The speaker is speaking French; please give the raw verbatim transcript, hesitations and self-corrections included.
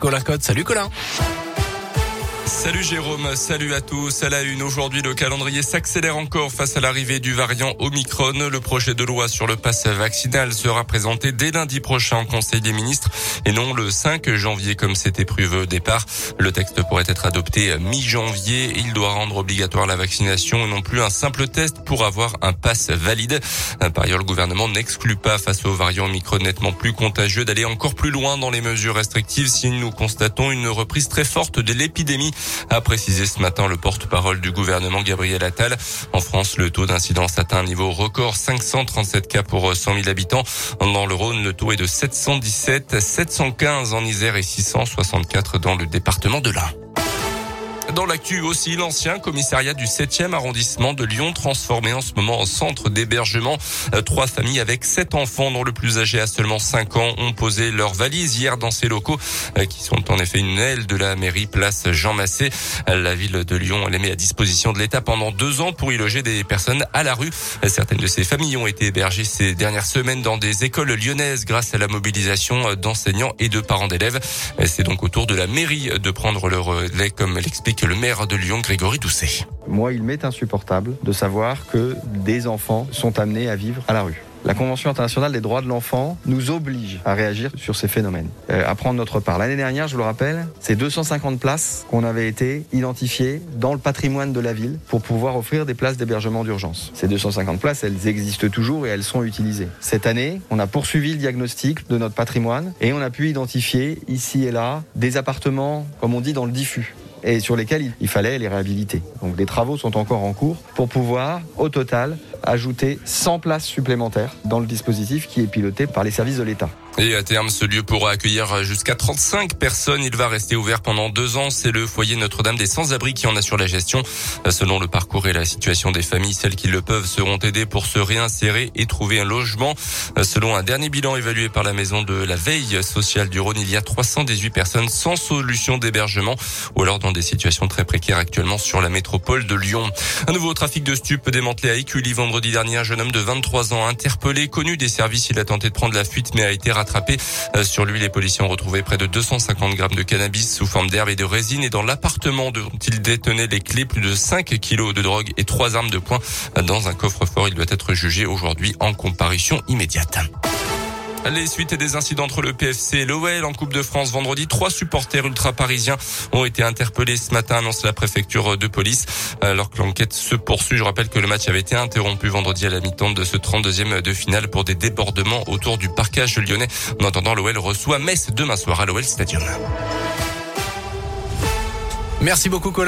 Colin Cotte. Salut Colin. Salut Jérôme, salut à tous. À la une, aujourd'hui, le calendrier s'accélère encore face à l'arrivée du variant Omicron. Le projet de loi sur le pass vaccinal sera présenté dès lundi prochain en Conseil des ministres et non le cinq janvier comme c'était prévu au départ. Le texte pourrait être adopté mi-janvier. Il doit rendre obligatoire la vaccination et non plus un simple test pour avoir un pass valide. Par ailleurs, le gouvernement n'exclut pas face au variant Omicron nettement plus contagieux d'aller encore plus loin dans les mesures restrictives si nous constatons une reprise très forte de l'épidémie, a précisé ce matin le porte-parole du gouvernement Gabriel Attal. En France, le taux d'incidence atteint un niveau record, cinq cent trente-sept cas pour cent mille habitants. Dans le Rhône, le taux est de sept cent dix-sept, sept cent quinze en Isère et six cent soixante-quatre dans le département de l'Ain. Dans l'actu aussi, l'ancien commissariat du septième arrondissement de Lyon transformé en ce moment en centre d'hébergement. Trois familles avec sept enfants dont le plus âgé a seulement cinq ans ont posé leurs valises hier dans ces locaux qui sont en effet une aile de la mairie place Jean Massé. La ville de Lyon les met à disposition de l'État pendant deux ans pour y loger des personnes à la rue. Certaines de ces familles ont été hébergées ces dernières semaines dans des écoles lyonnaises grâce à la mobilisation d'enseignants et de parents d'élèves. C'est donc au tour de la mairie de prendre le relais comme l'explique le maire de Lyon, Grégory Doucet. Moi, il m'est insupportable de savoir que des enfants sont amenés à vivre à la rue. La Convention internationale des droits de l'enfant nous oblige à réagir sur ces phénomènes, euh, à prendre notre part. L'année dernière, je vous le rappelle, c'est deux cent cinquante places qu'on avait été identifiées dans le patrimoine de la ville pour pouvoir offrir des places d'hébergement d'urgence. Ces deux cent cinquante places, elles existent toujours et elles sont utilisées. Cette année, on a poursuivi le diagnostic de notre patrimoine et on a pu identifier ici et là des appartements, comme on dit, dans le diffus, et sur lesquels il fallait les réhabiliter. Donc des travaux sont encore en cours pour pouvoir, au total, ajouter cent places supplémentaires dans le dispositif qui est piloté par les services de l'État. Et à terme, ce lieu pourra accueillir jusqu'à trente-cinq personnes. Il va rester ouvert pendant deux ans. C'est le foyer Notre-Dame des Sans-Abris qui en assure la gestion. Selon le parcours et la situation des familles, celles qui le peuvent seront aidées pour se réinsérer et trouver un logement. Selon un dernier bilan évalué par la maison de la veille sociale du Rhône, il y a trois cent dix-huit personnes sans solution d'hébergement ou alors dans des situations très précaires actuellement sur la métropole de Lyon. Un nouveau trafic de stupes démantelé à Écully vendredi dernier. Un jeune homme de vingt-trois ans interpellé, connu des services. Il a tenté de prendre la fuite mais a été rattrapé. Sur lui, les policiers ont retrouvé près de deux cent cinquante grammes de cannabis sous forme d'herbe et de résine. Et dans l'appartement dont il détenait les clés, plus de cinq kilos de drogue et trois armes de poing dans un coffre-fort. Il doit être jugé aujourd'hui en comparution immédiate. Les suites des incidents entre le P F C et l'O L en Coupe de France vendredi, trois supporters ultra-parisiens ont été interpellés ce matin, annonce la préfecture de police. Alors que l'enquête se poursuit, je rappelle que le match avait été interrompu vendredi à la mi-temps de ce trente-deuxième de finale pour des débordements autour du parcage lyonnais. En attendant, l'O L reçoit Metz demain soir à l'O L Stadium. Merci beaucoup Colin.